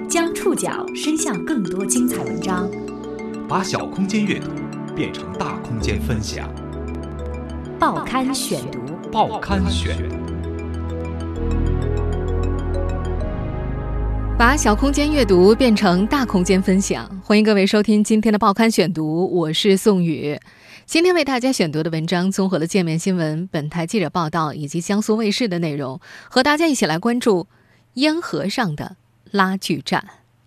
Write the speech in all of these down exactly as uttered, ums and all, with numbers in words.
将触角伸向更多精彩文章， 把小空间阅读变成大空间分享。 报刊选读， 报刊选， 把小空间阅读变成大空间分享。欢迎各位收听今天的报刊选读，我是宋宇。今天为大家选读的文章综合了界面新闻、本台记者报道以及江苏卫视的内容，和大家一起来关注烟盒上的拉锯战。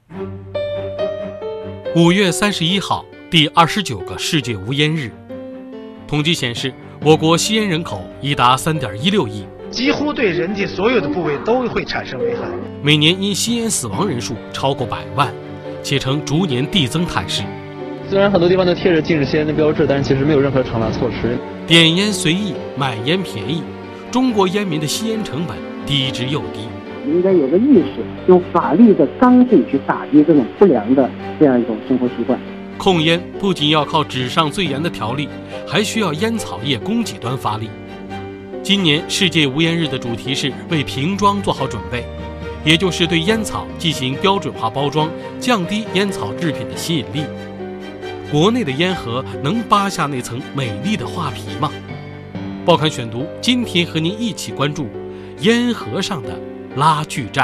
五月三十一号，第二十九个世界无烟日。统计显示，我国吸烟人口已达三点一六亿， 几乎对人体所有的部位都会产生危害。 每年因吸烟死亡人数超过百万，且呈逐年递增态势。 虽然很多地方都贴着禁止吸烟的标志，但是其实没有任何惩罚措施。 点烟随意，买烟便宜，中国烟民的吸烟成本低之又低。 应该有个意识，用法律的刚性去打击这种不良的这样一种生活习惯。 控烟不仅要靠纸上最严的条例，还需要烟草业供给端发力。今年世界无烟日的主题是为瓶装做好准备，也就是对烟草进行标准化包装，降低烟草制品的吸引力。国内的烟盒能扒下那层美丽的画皮吗？报刊选读今天和您一起关注烟盒上的拉锯战。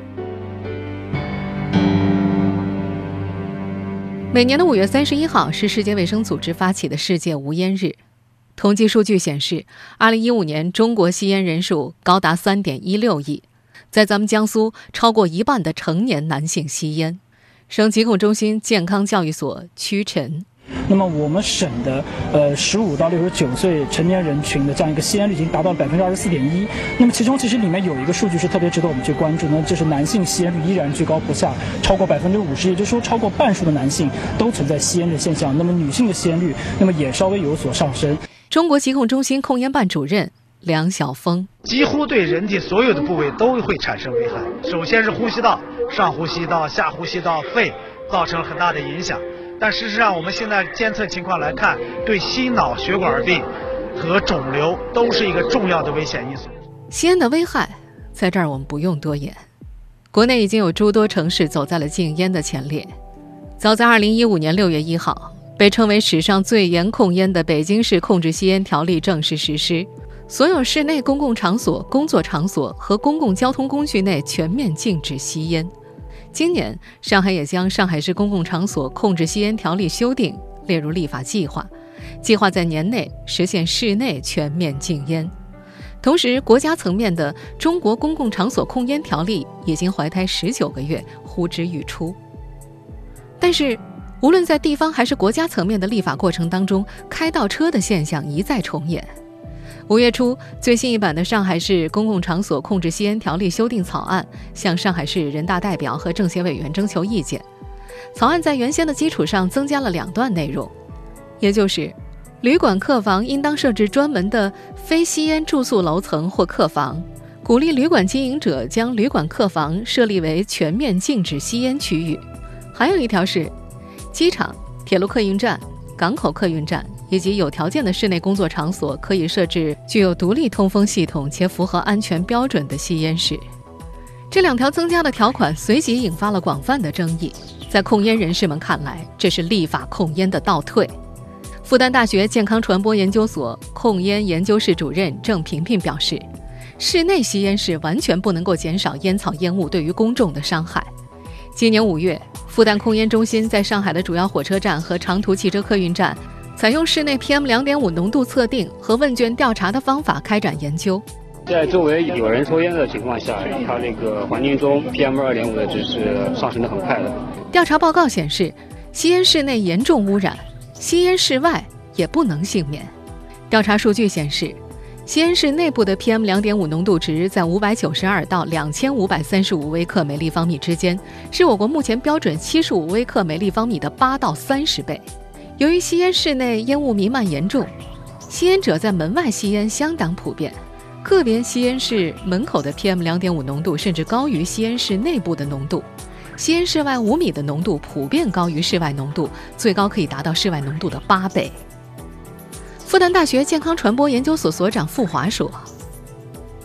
每年的五月三十一号是世界卫生组织发起的世界无烟日。统计数据显示，二零一五年中国吸烟人数高达三点一六亿，在咱们江苏，超过一半的成年男性吸烟。省疾控中心健康教育所屈晨。 那么我们省的呃十五到六十九岁成年人群的这样一个吸烟率已经达到了百分之二十四点一。那么其中其实里面有一个数据是特别值得我们去关注呢，就是男性吸烟率依然居高不下，超过百分之五十，也就是说超过半数的男性都存在吸烟的现象。那么女性的吸烟率那么也稍微有所上升。 中国疾控中心控烟办主任梁晓峰， 几乎对人体所有的部位都会产生危害。首先是呼吸道，上呼吸道、下呼吸道、肺造成了很大的影响。但事实上我们现在监测情况来看，对心脑血管病和肿瘤都是一个重要的危险因素。 吸烟的危害在这儿我们不用多言，国内已经有诸多城市走在了禁烟的前列。早在二零一五年六月一号，被称为史上最严控烟的北京市控制吸烟条例正式实施，所有室内公共场所、工作场所和公共交通工具内全面禁止吸烟。今年，上海也将《上海市公共场所控制吸烟条例》修订列入立法计划，计划在年内实现室内全面禁烟。同时，国家层面的《中国公共场所控烟条例》已经怀胎十九个月，呼之欲出。但是，无论在地方还是国家层面的立法过程当中，开倒车的现象一再重演。五月初，最新一版的上海市公共场所控制吸烟条例修订草案向上海市人大代表和政协委员征求意见。草案在原先的基础上增加了两段内容，也就是旅馆客房应当设置专门的非吸烟住宿楼层或客房，鼓励旅馆经营者将旅馆客房设立为全面禁止吸烟区域。还有一条是，机场、铁路客运站、港口客运站以及有条件的室内工作场所可以设置具有独立通风系统且符合安全标准的吸烟室。这两条增加的条款随即引发了广泛的争议，在控烟人士们看来，这是立法控烟的倒退。复旦大学健康传播研究所控烟研究室主任郑萍萍表示，室内吸烟室完全不能够减少烟草烟雾对于公众的伤害。今年五月，复旦控烟中心在上海的主要火车站和长途汽车客运站采用室内 P M 二点五 浓度测定和问卷调查的方法开展研究。 在周围有人抽烟的情况下，它这个环境中 P M 二点五 的值是上升得很快的。 调查报告显示，吸烟室内严重污染，吸烟室外也不能幸免。调查数据显示，吸烟室内部的 P M 二点五 浓度值在五百九十二到两千五百三十五微克每立方米之间，是我国目前标准七十五微克每立方米的八到三十倍。由于吸烟室内烟雾弥漫严重，吸烟者在门外吸烟相当普遍，个别吸烟室门口的 P M 二点五 浓度甚至高于吸烟室内部的浓度，吸烟室外五米的浓度普遍高于室外浓度，最高可以达到室外浓度的八倍。复旦大学健康传播研究所所长傅华说，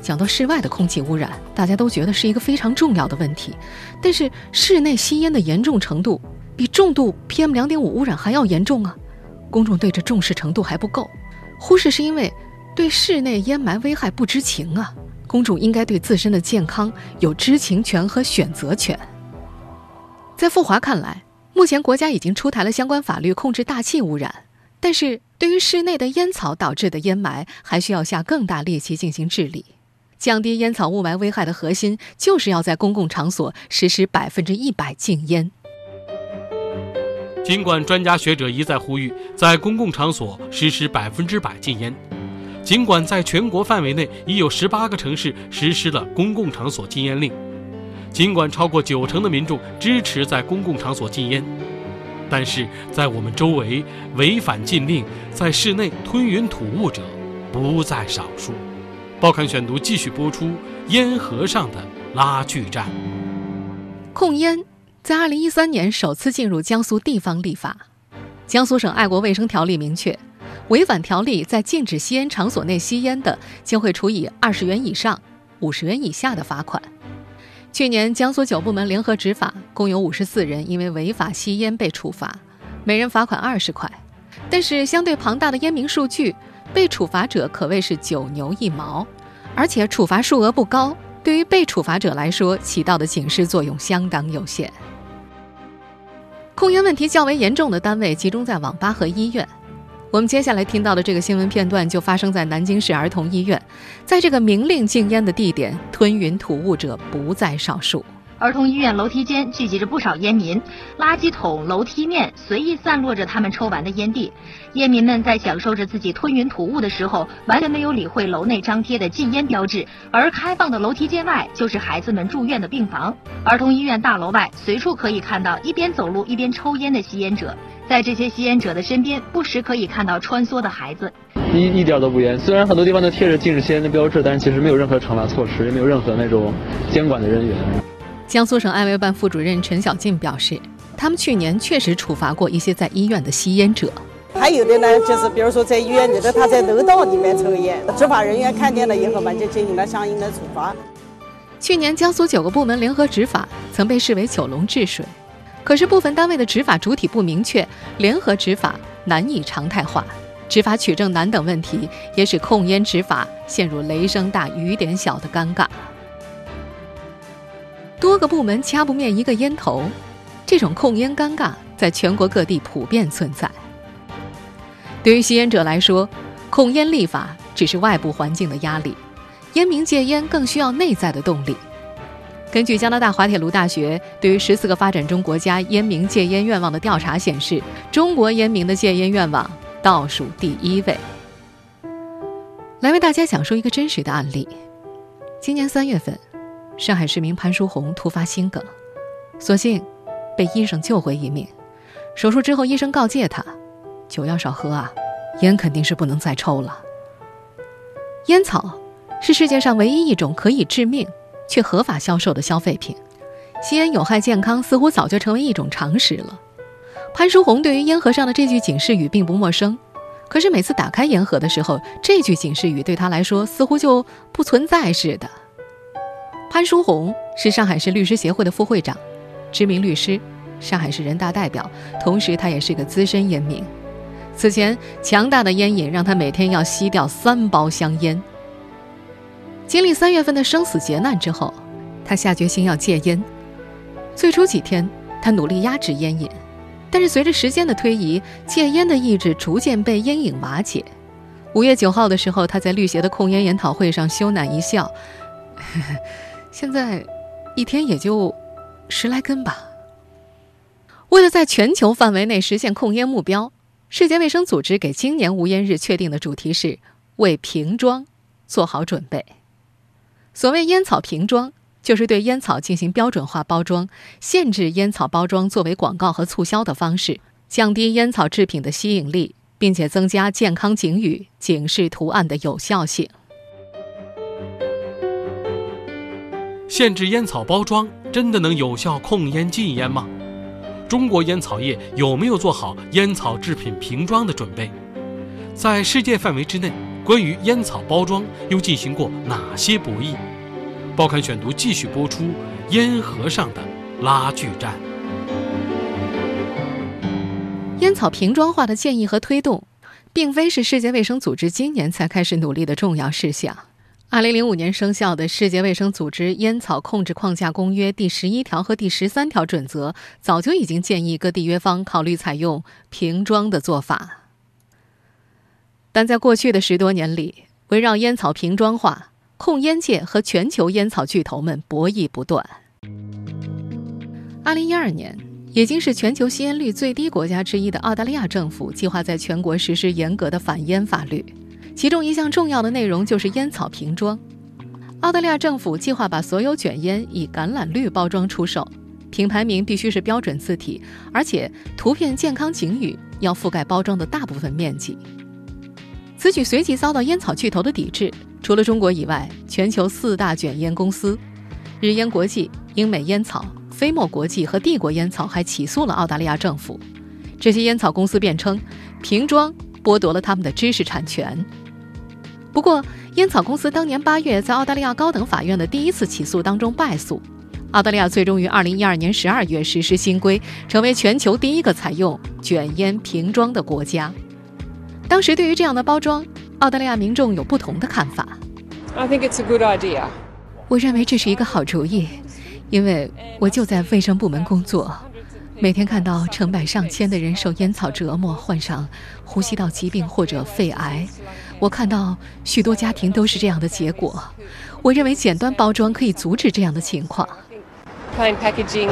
讲到室外的空气污染，大家都觉得是一个非常重要的问题，但是室内吸烟的严重程度比重度 P M 二点五 污染还要严重啊！公众对这重视程度还不够，忽视是因为对室内烟霾危害不知情啊！公众应该对自身的健康有知情权和选择权。在傅华看来，目前国家已经出台了相关法律控制大气污染，但是对于室内的烟草导致的烟霾，还需要下更大力气进行治理。降低烟草雾霾危害的核心，就是要在公共场所实施百分之一百禁烟。 尽管专家学者一再呼吁在公共场所实施百分之百禁烟，尽管在全国范围内已有十八个城市实施了公共场所禁烟令，尽管超过九成的民众支持在公共场所禁烟，但是在我们周围违反禁令，在室内吞云吐雾者不在少数。报刊选读继续播出烟盒上的拉锯战。 控烟在二零一三年首次进入江苏地方立法。江苏省爱国卫生条例明确，违反条例在禁止吸烟场所内吸烟的，将会处以二十元以上五十元以下的罚款。去年江苏九部门联合执法，共有五十四人因为违法吸烟被处罚，每人罚款二十块。但是相对庞大的烟民数据，被处罚者可谓是九牛一毛，而且处罚数额不高，对于被处罚者来说，起到的警示作用相当有限。控烟问题较为严重的单位集中在网吧和医院。我们接下来听到的这个新闻片段就发生在南京市儿童医院，在这个明令禁烟的地点，吞云吐雾者不在少数。 儿童医院楼梯间聚集着不少烟民，垃圾桶、楼梯面随意散落着他们抽完的烟蒂。烟民们在享受着自己吞云吐雾的时候，完全没有理会楼内张贴的禁烟标志，而开放的楼梯间外就是孩子们住院的病房。儿童医院大楼外随处可以看到一边走路一边抽烟的吸烟者，在这些吸烟者的身边，不时可以看到穿梭的孩子。 一一点都不严，虽然很多地方都贴着禁止吸烟的标志，但是其实没有任何惩罚措施，也没有任何那种监管的人员。 江苏省爱卫办副主任陈小进表示，他们去年确实处罚过一些在医院的吸烟者。 还有的呢，就是比如说在医院里头，他在楼道里面抽烟，执法人员看见了以后嘛，就进行了相应的处罚。 去年江苏九个部门联合执法，曾被视为九龙治水，可是部分单位的执法主体不明确，联合执法难以常态化，执法取证难等问题，也使控烟执法陷入雷声大雨点小的尴尬。多个部门掐不灭一个烟头，这种控烟尴尬在全国各地普遍存在。对于吸烟者来说，控烟立法只是外部环境的压力，烟民戒烟更需要内在的动力。根据加拿大滑铁卢大学对于十四个发展中国家烟民戒烟愿望的调查显示，中国烟民的戒烟愿望倒数第一位。来为大家讲述一个真实的案例。今年三月份，上海市民潘书红突发心梗，所幸被医生救回一命。手术之后，医生告诫他，酒要少喝啊，烟肯定是不能再抽了。烟草是世界上唯一一种可以致命却合法销售的消费品，吸烟有害健康似乎早就成为一种常识了。潘书红对于烟盒上的这句警示语并不陌生，可是每次打开烟盒的时候，这句警示语对他来说似乎就不存在似的。潘书红是上海市律师协会的副会长，知名律师，上海市人大代表，同时他也是个资深烟民。此前强大的烟瘾让他每天要吸掉三包香烟。经历三月份的生死劫难之后，他下决心要戒烟。最初几天他努力压制烟瘾，但是随着时间的推移，戒烟的意志逐渐被烟瘾瓦解。五月九号的时候，他在律协的控烟研讨会上羞赧一笑，呵呵，现在一天也就十来根吧。为了在全球范围内实现控烟目标，世界卫生组织给今年无烟日确定的主题是为瓶装做好准备。所谓烟草瓶装，就是对烟草进行标准化包装，限制烟草包装作为广告和促销的方式，降低烟草制品的吸引力，并且增加健康警语、警示图案的有效性。 限制烟草包装真的能有效控烟禁烟吗？中国烟草业有没有做好烟草制品瓶装的准备？在世界范围之内， 关于烟草包装又进行过哪些博弈？报刊选读继续播出烟盒上的拉锯战。 烟草瓶装化的建议和推动，并非是世界卫生组织今年才开始努力的重要事项。二零零五年生效的世界卫生组织烟草控制框架公约第十一条和第十三条准则，早就已经建议各缔约方考虑采用瓶装的做法。但在过去的十多年里，围绕烟草瓶装化，控烟界和全球烟草巨头们博弈不断。二零一二年，已经是全球吸烟率最低国家之一的澳大利亚政府计划在全国实施严格的反烟法律，其中一项重要的内容就是烟草瓶装。澳大利亚政府计划把所有卷烟以橄榄绿包装出售，品牌名必须是标准字体，而且图片健康警语要覆盖包装的大部分面积。此举随即遭到烟草巨头的抵制，除了中国以外，全球四大卷烟公司日烟国际、英美烟草、飞墨国际和帝国烟草还起诉了澳大利亚政府。这些烟草公司辩称瓶装剥夺了他们的知识产权。不过烟草公司当年八月在澳大利亚高等法院的第一次起诉当中败诉，澳大利亚最终于二零一二年十二月实施新规，成为全球第一个采用卷烟瓶装的国家。当时对于这样的包装，澳大利亚民众有不同的看法。 I think it's a good idea. 我认为这是一个好主意，因为我就在卫生部门工作，每天看到成百上千的人受烟草折磨，患上呼吸道疾病或者肺癌。我看到许多家庭都是这样的结果。我认为简单包装可以阻止这样的情况。 Plain packaging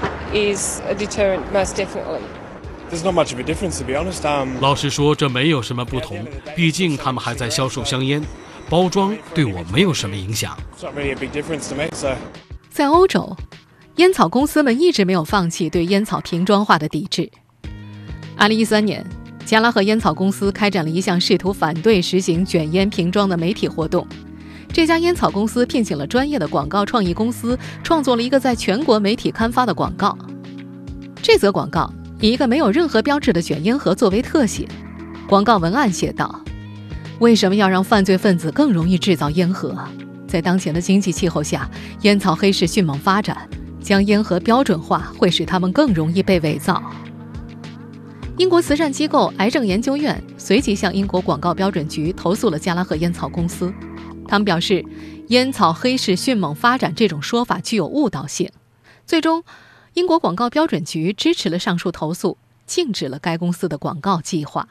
is a deterrent, most definitely. There's not much of a difference, to be honest. Um, 老实说，这没有什么不同，毕竟他们还在销售香烟，包装对我没有什么影响。 It's not really a big difference to me, so. 在欧洲，烟草公司们一直没有放弃对烟草瓶装化的抵制。二零一三年，加拉赫烟草公司开展了一项试图反对实行卷烟瓶装的媒体活动。这家烟草公司聘请了专业的广告创意公司，创作了一个在全国媒体刊发的广告。这则广告以一个没有任何标志的卷烟盒作为特写。广告文案写道：为什么要让犯罪分子更容易制造烟盒？在当前的经济气候下，烟草黑市迅猛发展，将烟盒标准化会使它们更容易被伪造。英国慈善机构癌症研究院随即向英国广告标准局投诉了加拉赫烟草公司。他们表示，烟草黑市迅猛发展这种说法具有误导性。最终，英国广告标准局支持了上述投诉，禁止了该公司的广告计划。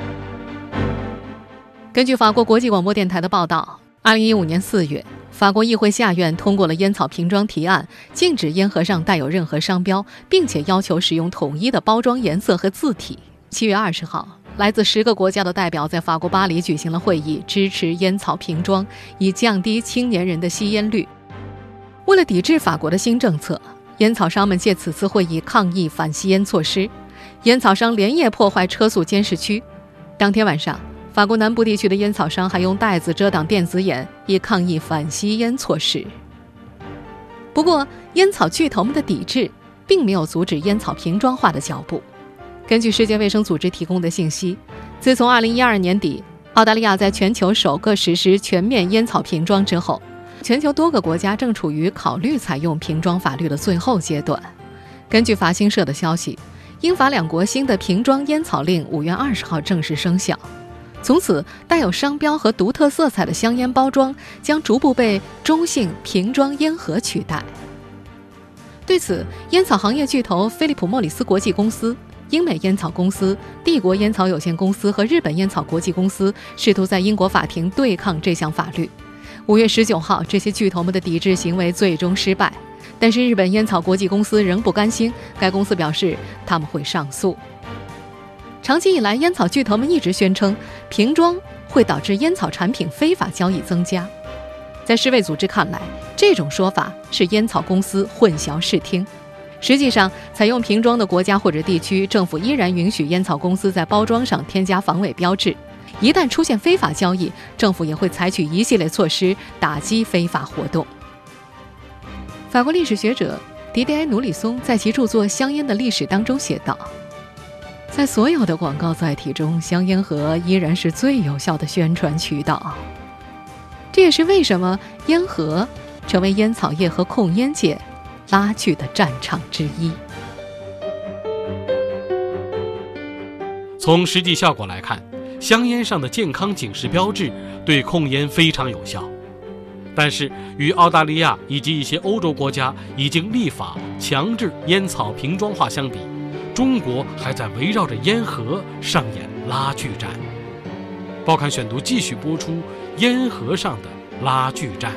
根据法国国际广播电台的报道，二零一五年四月，法国议会下院通过了烟草瓶装提案，禁止烟盒上带有任何商标，并且要求使用统一的包装颜色和字体。七月二十号，来自十个国家的代表在法国巴黎举行了会议，支持烟草瓶装，以降低青年人的吸烟率。为了抵制法国的新政策，烟草商们借此次会议抗议反吸烟措施。烟草商连夜破坏车速监视区。当天晚上，法国南部地区的烟草商还用袋子遮挡电子眼，以抗议反吸烟措施。不过，烟草巨头们的抵制并没有阻止烟草瓶装化的脚步。根据世界卫生组织提供的信息，自从二零一二年底，澳大利亚在全球首个实施全面烟草瓶装之后，全球多个国家正处于考虑采用瓶装法律的最后阶段。根据法新社的消息，英法两国新的瓶装烟草令五月二十号正式生效。从此，带有商标和独特色彩的香烟包装将逐步被中性瓶装烟盒取代。对此，烟草行业巨头菲利普莫里斯国际公司、英美烟草公司、帝国烟草有限公司和日本烟草国际公司试图在英国法庭对抗这项法律。五月十九号，这些巨头们的抵制行为最终失败，但是日本烟草国际公司仍不甘心，该公司表示他们会上诉。长期以来，烟草巨头们一直宣称瓶装会导致烟草产品非法交易增加。在世卫组织看来，这种说法是烟草公司混淆视听。实际上，采用瓶装的国家或者地区，政府依然允许烟草公司在包装上添加防伪标志。一旦出现非法交易，政府也会采取一系列措施打击非法活动。法国历史学者迪迪埃·努里松在其著作《香烟的历史》当中写道， 在所有的广告载体中，香烟盒依然是最有效的宣传渠道。这也是为什么烟盒成为烟草业和控烟界拉锯的战场之一。 从实际效果来看，香烟上的健康警示标志对控烟非常有效。但是与澳大利亚以及一些欧洲国家已经立法强制烟草瓶装化相比，中国还在围绕着烟盒上演拉锯战。报刊选读继续播出烟盒上的拉锯战。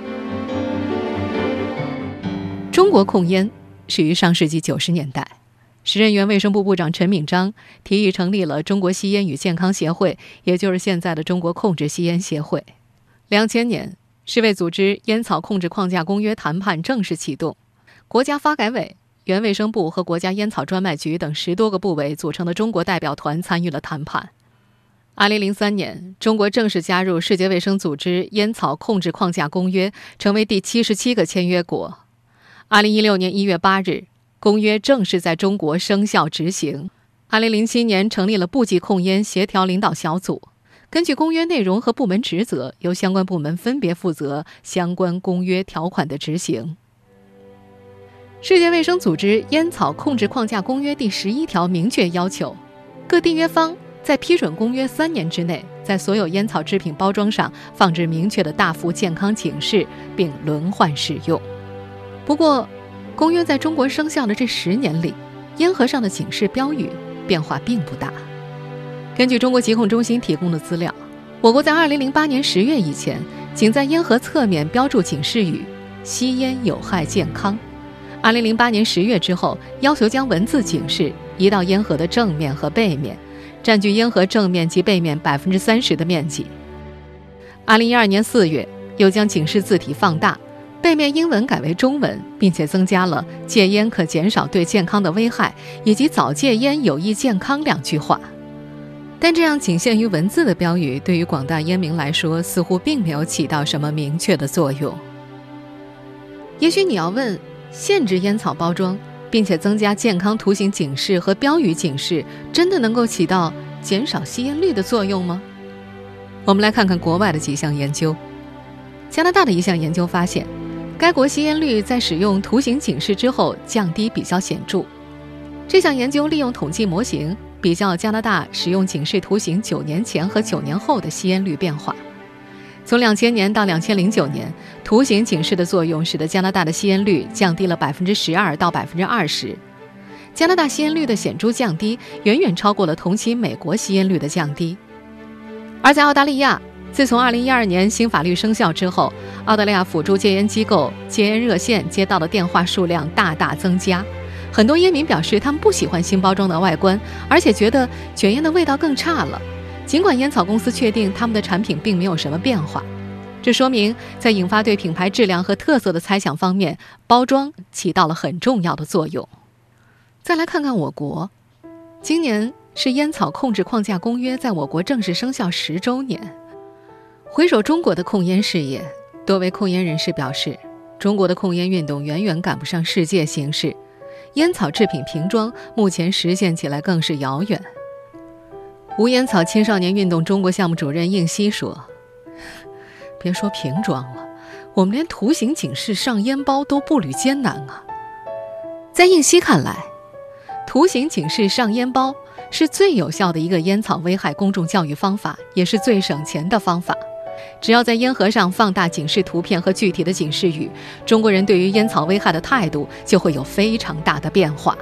中国控烟始于上世纪九十年代，时任原卫生部部长陈敏章提议成立了中国吸烟与健康协会，也就是现在的中国控制吸烟协会。两千年，世卫组织烟草控制框架公约谈判正式启动，国家发改委、原卫生部和国家烟草专卖局等十多个部委组成的中国代表团参与了谈判。二零零三年，中国正式加入世界卫生组织烟草控制框架公约，成为第七十七个签约国。二零一六年一月八日，公约正式在中国生效执行。二零零七年成立了部级控烟协调领导小组，根据公约内容和部门职责，由相关部门分别负责相关公约条款的执行。世界卫生组织烟草控制框架公约第十一条明确要求，各缔约方在批准公约三年之内，在所有烟草制品包装上放置明确的大幅健康警示，并轮换使用。不过，公约在中国生效的这十年里，烟盒上的警示标语变化并不大。根据中国疾控中心提供的资料，我国在二零零八年十月以前，仅在烟盒侧面标注警示语“吸烟有害健康”。二零零八年十月之后，要求将文字警示移到烟盒的正面和背面，占据烟盒正面及背面百分之三十的面积。二零一二年四月，又将警示字体放大，背面英文改为中文，并且增加了“戒烟可减少对健康的危害”以及“早戒烟有益健康”两句话。但这样仅限于文字的标语，对于广大烟民来说，似乎并没有起到什么明确的作用。也许你要问，限制烟草包装，并且增加健康图形警示和标语警示，真的能够起到减少吸烟率的作用吗？我们来看看国外的几项研究。加拿大的一项研究发现，该国吸烟率在使用图形警示之后降低比较显著。这项研究利用统计模型比较加拿大使用警示图形九年前和九年后的吸烟率变化。从两千年到两千零九年，图形警示的作用使得加拿大的吸烟率降低了百分之十二到百分之二十。加拿大吸烟率的显著降低，远远超过了同期美国吸烟率的降低。而在澳大利亚，自从二零一二年新法律生效之后，澳大利亚辅助戒烟机构戒烟热线接到的电话数量大大增加。很多烟民表示，他们不喜欢新包装的外观，而且觉得卷烟的味道更差了。尽管烟草公司确定他们的产品并没有什么变化，这说明在引发对品牌质量和特色的猜想方面，包装起到了很重要的作用。再来看看我国，今年是烟草控制框架公约在我国正式生效十周年。回首中国的控烟事业，多位控烟人士表示，中国的控烟运动远远赶不上世界形势，烟草制品瓶装目前实现起来更是遥远。无烟草青少年运动中国项目主任应希说，别说瓶装了，我们连图形警示上烟包都步履艰难啊。在应希看来，图形警示上烟包是最有效的一个烟草危害公众教育方法，也是最省钱的方法。只要在烟盒上放大警示图片和具体的警示语，中国人对于烟草危害的态度就会有非常大的变化。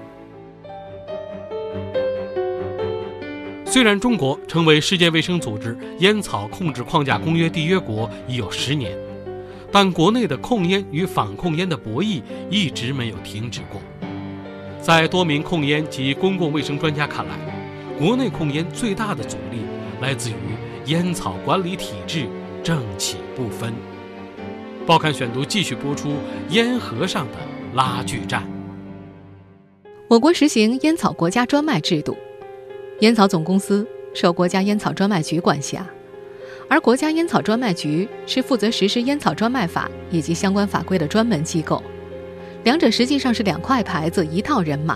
虽然中国成为世界卫生组织烟草控制框架公约缔约国已有十年，但国内的控烟与反控烟的博弈一直没有停止过。在多名控烟及公共卫生专家看来，国内控烟最大的阻力来自于烟草管理体制政企不分。报刊选读继续播出烟盒上的拉锯战。 我国实行烟草国家专卖制度，烟草总公司受国家烟草专卖局管辖，而国家烟草专卖局是负责实施烟草专卖法以及相关法规的专门机构。两者实际上是两块牌子一套人马，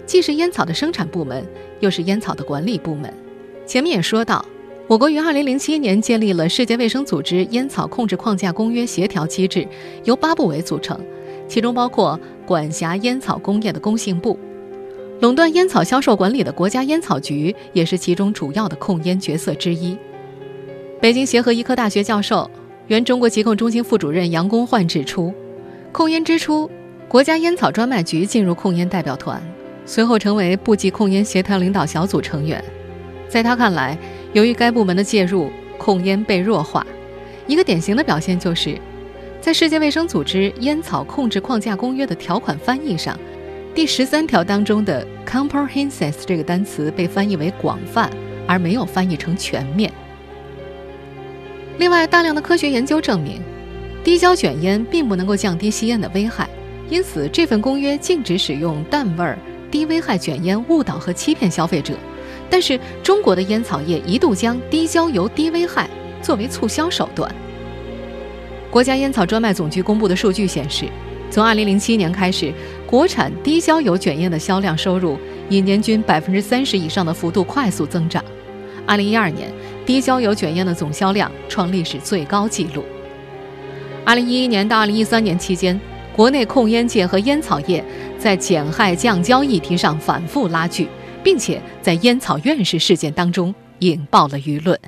既是烟草的生产部门，又是烟草的管理部门。前面也说到，我国于二零零七年建立了世界卫生组织烟草控制框架公约协调机制，由八部委组成，其中包括管辖烟草工业的工信部。垄断烟草销售管理的国家烟草局也是其中主要的控烟角色之一。北京协和医科大学教授、原中国疾控中心副主任杨公焕指出，控烟之初，国家烟草专卖局进入控烟代表团，随后成为部级控烟协调领导小组成员。在他看来，由于该部门的介入，控烟被弱化。一个典型的表现就是，在世界卫生组织烟草控制框架公约的条款翻译上，第十三条当中的 comprehensive 这个单词被翻译为广泛，而没有翻译成全面。另外，大量的科学研究证明，低焦卷烟并不能够降低吸烟的危害，因此这份公约禁止使用淡味儿、低危害卷烟误导和欺骗消费者。但是中国的烟草业一度将低焦油、低危害作为促销手段。国家烟草专卖总局公布的数据显示，从二零零七年开始，国产低焦油卷烟的销量收入以年均百分之三十以上的幅度快速增长。二零一二年，低焦油卷烟的总销量创历史最高纪录。二零一一年到二零一三年期间，国内控烟界和烟草业在减害降焦议题上反复拉锯，并且在烟草院士事件当中引爆了舆论。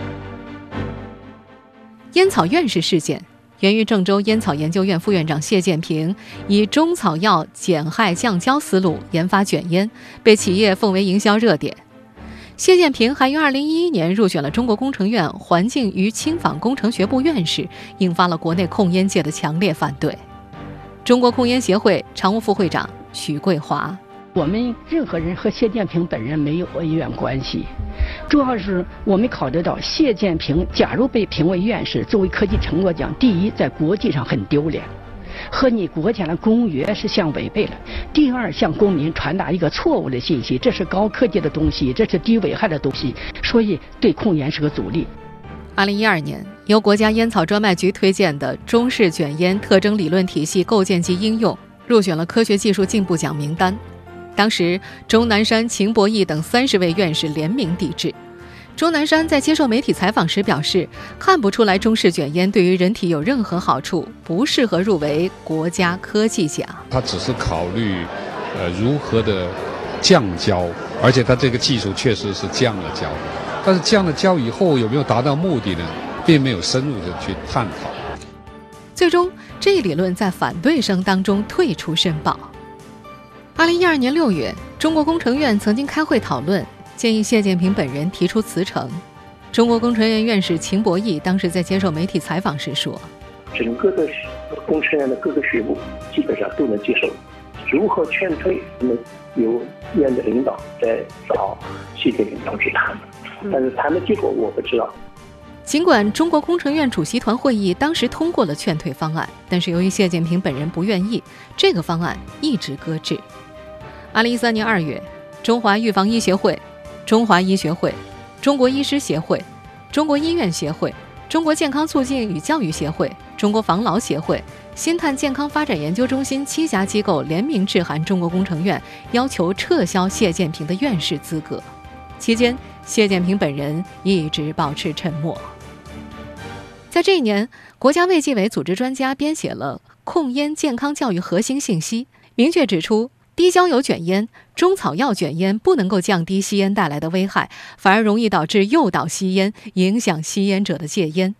烟草院士事件源于郑州烟草研究院副院长谢建平以中草药减害降焦思路研发卷烟，被企业奉为营销热点。谢建平还于二零一一年入选了中国工程院环境与轻纺工程学部院士，引发了国内控烟界的强烈反对。中国控烟协会常务副会长许桂华， 我们任何人和谢建平本人没有恩怨关系，主要是我们考虑到谢建平假如被评为院士，作为科技成果奖，第一，在国际上很丢脸，和你国家的公约是相违背了；第二，向公民传达一个错误的信息，这是高科技的东西，这是低危害的东西，所以对控烟是个阻力。 二零一二年，由国家烟草专卖局推荐的中式卷烟特征理论体系构建及应用入选了科学技术进步奖名单。当时，钟南山、秦博义等三十位院士联名抵制。钟南山在接受媒体采访时表示，看不出来中式卷烟对于人体有任何好处，不适合入围国家科技奖。 他只是考虑，呃，如何的降焦，而且他这个技术确实是降了焦，但是降了焦以后有没有达到目的呢？并没有深入的去探讨。 最终，这一理论在反对声当中退出申报。二零一二年六月，中国工程院曾经开会讨论，建议谢建平本人提出辞呈。中国工程院院士秦博义当时在接受媒体采访时说：“ 整个的工程院的各个学部基本上都能接受，如何劝退，我们由院的领导在找谢建平同志谈，但是谈的结果我不知道。” 尽管中国工程院主席团会议当时通过了劝退方案，但是由于谢建平本人不愿意，这个方案一直搁置。二零一三年二月，中华预防医协会、中华医学会、中国医师协会、中国医院协会、中国健康促进与教育协会、中国防劳协会、新碳健康发展研究中心七家机构联名致函中国工程院，要求撤销谢建平的院士资格。期间，谢建平本人一直保持沉默。在这一年，国家卫计委组织专家编写了《控烟健康教育核心信息》，明确指出，低焦油卷烟、中草药卷烟不能够降低吸烟带来的危害，反而容易导致诱导吸烟，影响吸烟者的戒烟。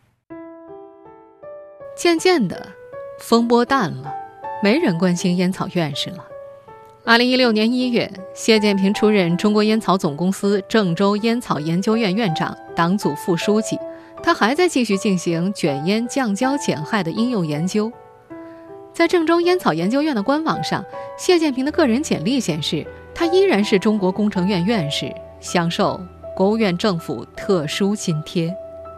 渐渐的，风波淡了，没人关心烟草院士了。二零一六年一月，谢建平出任中国烟草总公司郑州烟草研究院院长、党组副书记。他还在继续进行卷烟降焦减害的应用研究。在郑州烟草研究院的官网上，谢建平的个人简历显示，他依然是中国工程院院士，享受国务院政府特殊津贴。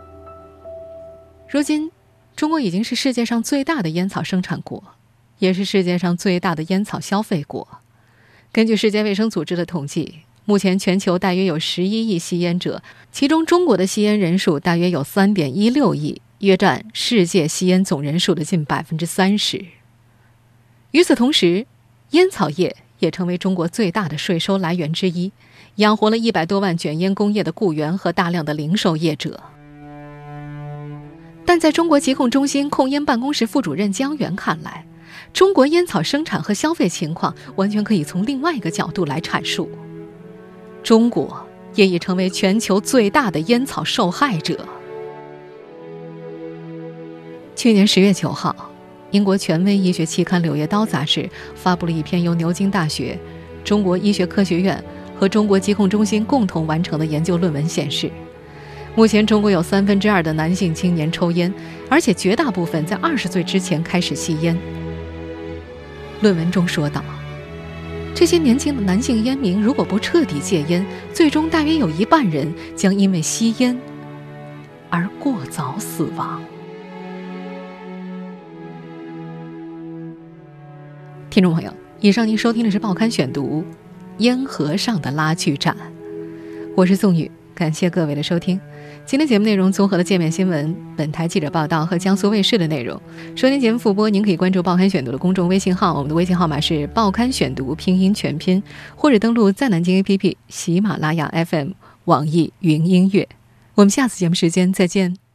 如今，中国已经是世界上最大的烟草生产国，也是世界上最大的烟草消费国。根据世界卫生组织的统计，目前全球大约有十一亿吸烟者，其中中国的吸烟人数大约有 三点一六亿，约占世界吸烟总人数的近 百分之三十。与此同时，烟草业也成为中国最大的税收来源之一，养活了一百多万卷烟工业的雇员和大量的零售业者。但在中国疾控中心控烟办公室副主任江源看来，中国烟草生产和消费情况完全可以从另外一个角度来阐述。中国也已成为全球最大的烟草受害者。去年十月九号，英国权威医学期刊《柳叶刀》杂志发布了一篇由牛津大学、中国医学科学院和中国疾控中心共同完成的研究论文显示，目前中国有三分之二的男性青年抽烟，而且绝大部分在二十岁之前开始吸烟。论文中说道，这些年轻的男性烟民如果不彻底戒烟，最终大约有一半人将因为吸烟而过早死亡。听众朋友，以上您收听的是《报刊选读》烟盒上的拉锯战，我是宋宇，感谢各位的收听。今天节目内容综合了界面新闻、本台记者报道和江苏卫视的内容。收听节目复播，您可以关注《报刊选读》的公众微信号，我们的微信号码是“报刊选读”拼音全拼，或者登录在南京 A P P、喜马拉雅 F M、网易云音乐。我们下次节目时间再见。